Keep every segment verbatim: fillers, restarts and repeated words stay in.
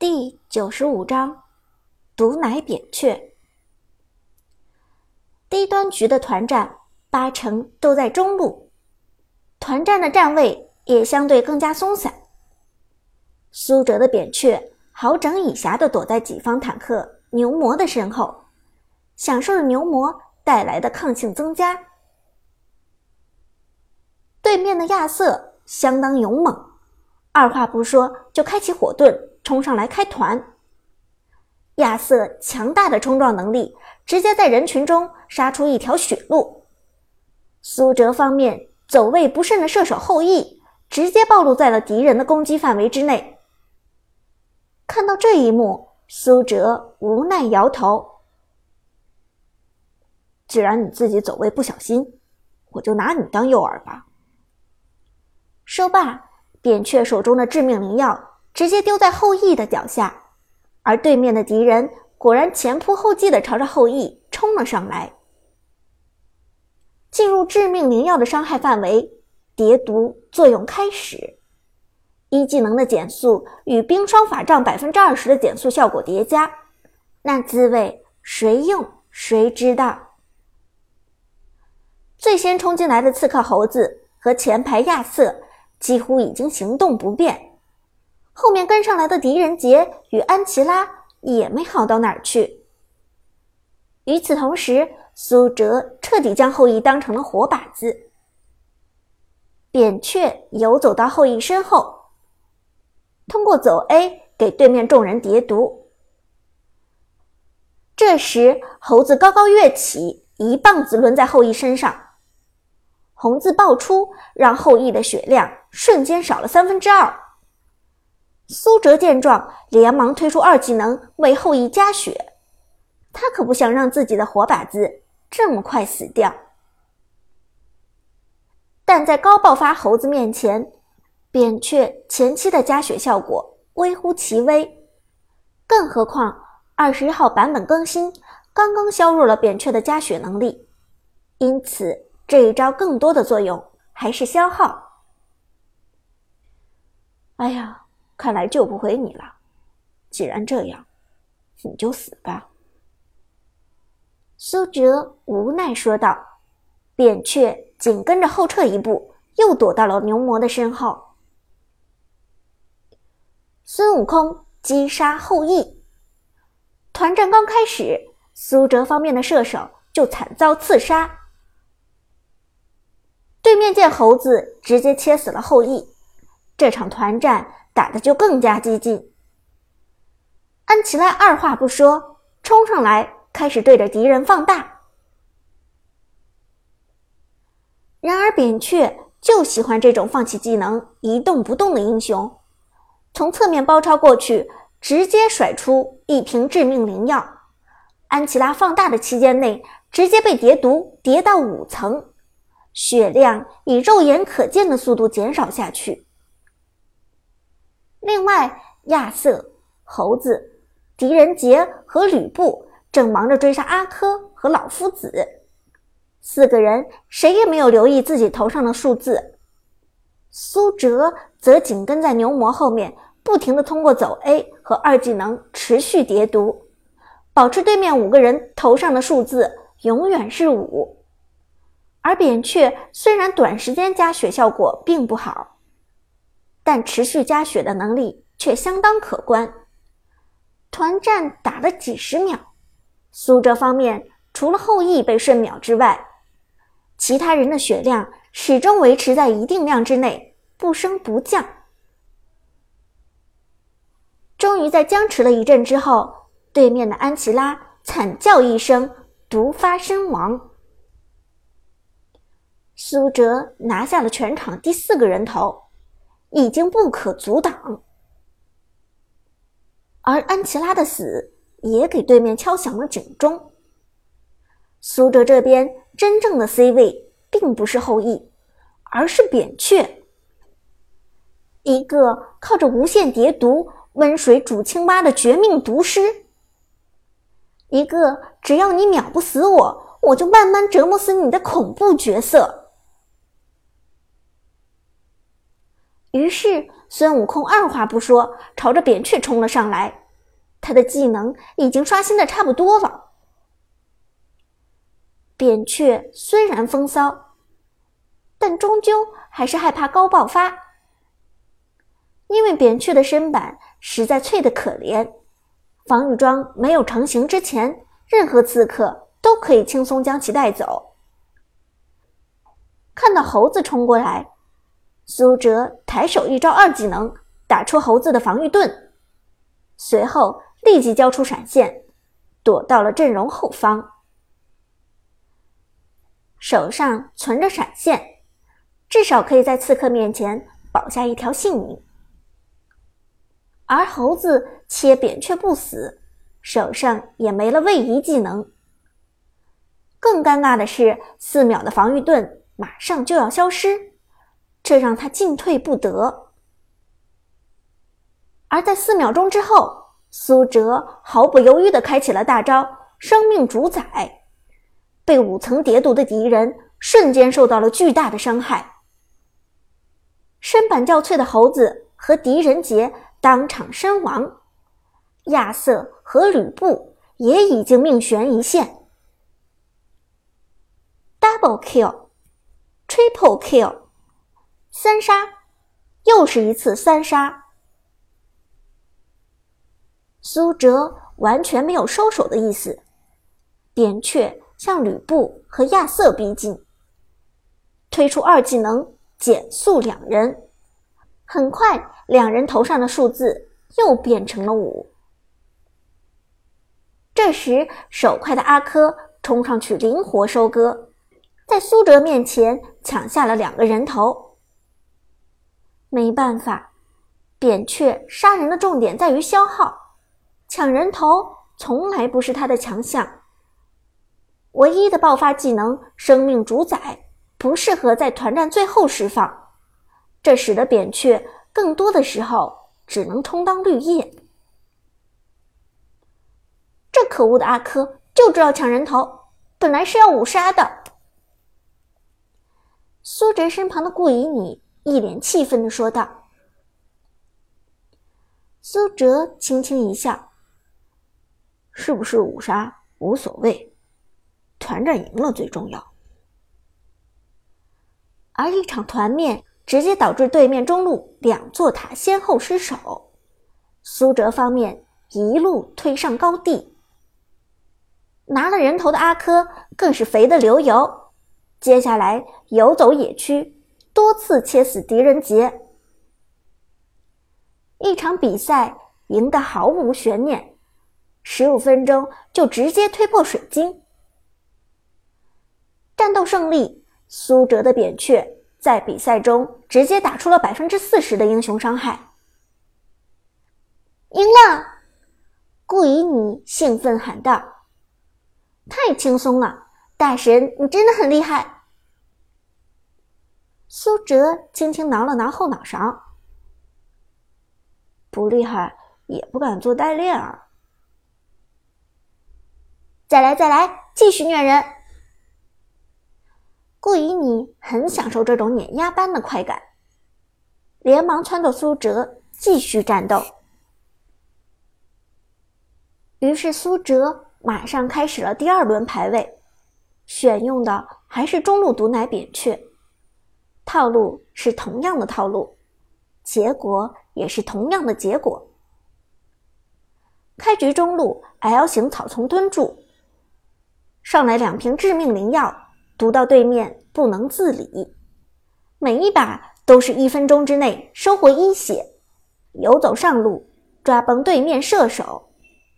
第九十五章毒奶扁鹊。低端局的团战八成都在中路，团战的站位也相对更加松散。苏哲的扁鹊好整以暇地躲在己方坦克牛魔的身后，享受着牛魔带来的抗性增加。对面的亚瑟相当勇猛，二话不说就开启火盾冲上来开团。亚瑟强大的冲撞能力直接在人群中杀出一条血路。苏哲方面走位不慎的射手后羿直接暴露在了敌人的攻击范围之内。看到这一幕，苏哲无奈摇头，既然你自己走位不小心，我就拿你当诱饵吧。说罢，扁鹊手中的致命灵药直接丢在后羿的脚下，而对面的敌人果然前仆后继地朝着后羿冲了上来。进入致命灵药的伤害范围，叠毒作用开始。一技能的减速与冰霜法杖 百分之二十 的减速效果叠加，那滋味谁用谁知道。最先冲进来的刺客猴子和前排亚瑟几乎已经行动不便，后面跟上来的狄仁杰与安琪拉也没好到哪儿去。与此同时，苏哲彻底将后羿当成了活靶子。扁鹊游走到后羿身后，通过走 A 给对面众人叠毒。这时猴子高高跃起，一棒子抡在后羿身上，红字爆出，让后羿的血量瞬间少了三分之二。苏哲见状连忙推出二技能为后羿加血，他可不想让自己的活靶子这么快死掉。但在高爆发猴子面前，扁鹊前期的加血效果微乎其微，更何况二十一号版本更新刚刚削弱了扁鹊的加血能力，因此这一招更多的作用还是消耗。哎呀，看来救不回你了，既然这样，你就死吧。苏哲无奈说道，扁鹊紧跟着后撤一步，又躲到了牛魔的身后。孙悟空击杀后羿。团战刚开始，苏哲方面的射手就惨遭刺杀。对面见猴子直接切死了后羿，这场团战打得就更加激进。安琪拉二话不说，冲上来开始对着敌人放大。然而扁鹊就喜欢这种放弃技能一动不动的英雄，从侧面包抄过去，直接甩出一瓶致命灵药。安琪拉放大的期间内直接被叠毒叠到五层，血量以肉眼可见的速度减少下去。另外，亚瑟、猴子、狄仁杰和吕布正忙着追杀阿珂和老夫子，四个人谁也没有留意自己头上的数字。苏哲则紧跟在牛魔后面，不停地通过走 A 和二技能持续叠毒，保持对面五个人头上的数字永远是五。而扁鹊虽然短时间加血效果并不好，但持续加血的能力却相当可观。团战打了几十秒，苏哲方面除了后羿被瞬秒之外，其他人的血量始终维持在一定量之内，不升不降。终于在僵持了一阵之后，对面的安琪拉惨叫一声，毒发身亡。苏哲拿下了全场第四个人头，已经不可阻挡。而安琪拉的死也给对面敲响了警钟。苏哲这边真正的 C 位并不是后羿，而是扁鹊，一个靠着无限叠毒温水煮青蛙的绝命毒师，一个只要你秒不死我，我就慢慢折磨死你的恐怖角色。于是孙悟空二话不说，朝着扁鹊冲了上来。他的技能已经刷新的差不多了。扁鹊虽然风骚，但终究还是害怕高爆发。因为扁鹊的身板实在脆得可怜，防御装没有成型之前，任何刺客都可以轻松将其带走。看到猴子冲过来，苏哲抬手一招二技能，打出猴子的防御盾，随后立即交出闪现，躲到了阵容后方。手上存着闪现，至少可以在刺客面前保下一条性命。而猴子切扁鹊不死，手上也没了位移技能。更尴尬的是，四秒的防御盾马上就要消失，这让他进退不得。而在四秒钟之后，苏哲毫不犹豫地开启了大招生命主宰，被五层叠毒的敌人瞬间受到了巨大的伤害。身板较脆的猴子和狄仁杰当场身亡，亚瑟和吕布也已经命悬一线。 Double kill Triple kill 三杀，又是一次三杀。苏哲完全没有收手的意思，扁鹊向吕布和亚瑟逼近，推出二技能减速两人，很快两人头上的数字又变成了五。这时手快的阿珂冲上去灵活收割，在苏哲面前抢下了两个人头。没办法，扁鹊杀人的重点在于消耗，抢人头从来不是他的强项。唯一的爆发技能生命主宰不适合在团战最后释放，这使得扁鹊更多的时候只能充当绿叶。这可恶的阿珂就知道抢人头，本来是要五杀的。苏哲身旁的顾以你一脸气愤地说道。苏哲轻轻一笑，是不是五杀无所谓，团战赢了最重要。而一场团灭直接导致对面中路两座塔先后失守，苏哲方面一路推上高地。拿了人头的阿珂更是肥得流油，接下来游走野区，多次切死狄仁杰。一场比赛赢得毫无悬念，十五分钟就直接推破水晶。战斗胜利，苏哲的扁鹊在比赛中直接打出了 百分之四十 的英雄伤害。赢了！顾以你兴奋喊道。太轻松了，大神你真的很厉害。苏哲轻轻挠了挠后脑勺。不厉害也不敢做代练啊。再来再来，继续虐人。顾以你很享受这种碾压般的快感，连忙撺掇苏哲继续战斗。于是苏哲马上开始了第二轮排位，选用的还是中路毒奶扁鹊，套路是同样的套路，结果也是同样的结果。开局中路 L 型草丛蹲住，上来两瓶致命灵药，毒到对面不能自理，每一把都是一分钟之内收回一血，游走上路抓崩对面射手。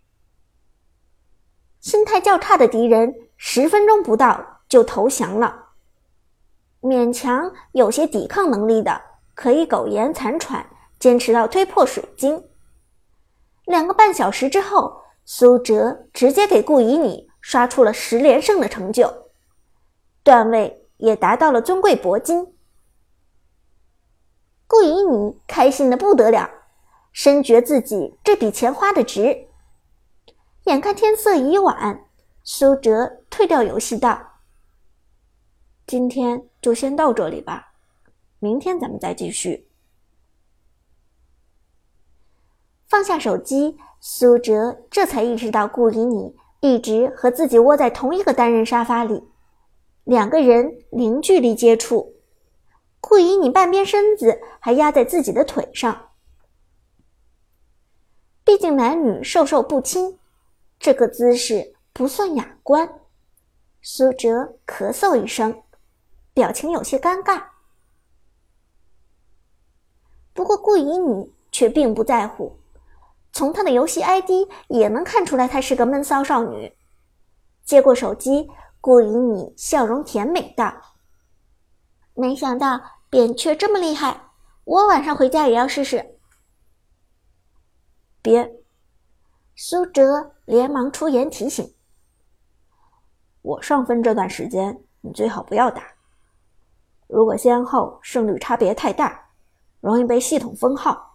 心态较差的敌人十分钟不到就投降了，勉强有些抵抗能力的可以苟延残喘，坚持到推破水晶。两个半小时之后，苏哲直接给顾以你刷出了十连胜的成就，段位也达到了尊贵铂金。顾以你开心的不得了，深觉自己这笔钱花的值。眼看天色已晚，苏哲退掉游戏道：今天就先到这里吧，明天咱们再继续。 放下手机，苏哲这才意识到顾以你一直和自己窝在同一个单人沙发里，两个人零距离接触，顾以你半边身子还压在自己的腿上。毕竟男女授受不亲，这个姿势不算雅观。苏哲咳嗽一声，表情有些尴尬。不过顾以你却并不在乎，从她的游戏 I D 也能看出来她是个闷骚少女。接过手机，顾以你笑容甜美道：没想到扁鹊这么厉害，我晚上回家也要试试。别，苏哲连忙出言提醒。我上分这段时间你最好不要打，如果先后胜率差别太大，容易被系统封号。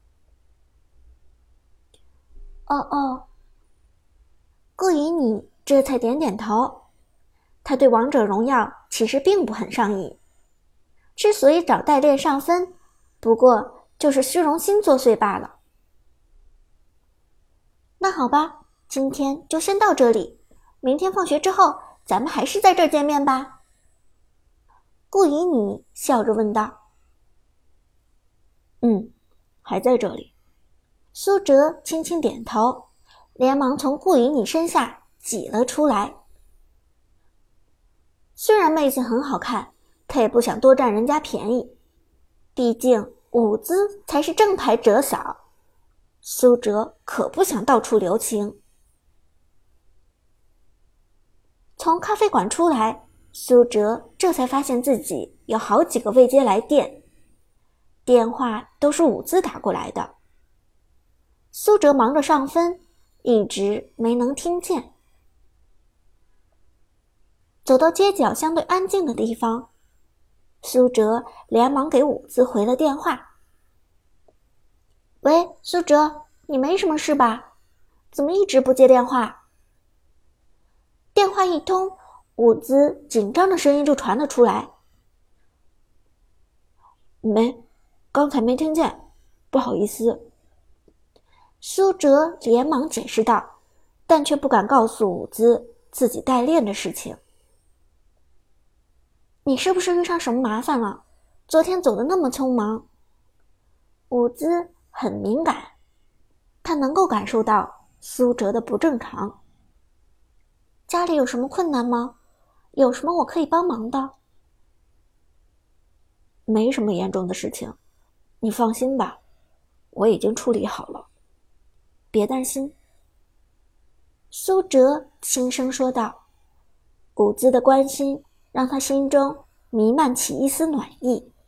哦哦，顾以你这才点点头。他对王者荣耀其实并不很上瘾，之所以找代练上分，不过就是虚荣心作祟罢了。那好吧，今天就先到这里，明天放学之后咱们还是在这儿见面吧。顾以你笑着问道。嗯，还在这里。苏哲轻轻点头，连忙从顾以你身下挤了出来。虽然妹子很好看，他也不想多占人家便宜，毕竟舞姿才是正牌折嫂，苏哲可不想到处留情。从咖啡馆出来，苏哲这才发现自己有好几个未接来电，电话都是舞姿打过来的。苏哲忙着上分，一直没能听见。走到街角相对安静的地方，苏哲连忙给舞姿回了电话。喂，苏哲，你没什么事吧？怎么一直不接电话？电话一通，舞姿紧张的声音就传了出来。没，刚才没听见，不好意思。苏哲连忙解释道，但却不敢告诉舞姿自己代练的事情。你是不是遇上什么麻烦了？昨天走得那么匆忙。舞姿很敏感，他能够感受到苏哲的不正常。家里有什么困难吗？有什么我可以帮忙的？没什么严重的事情，你放心吧，我已经处理好了，别担心。苏哲轻声说道。舞姿的关心让他心中弥漫起一丝暖意。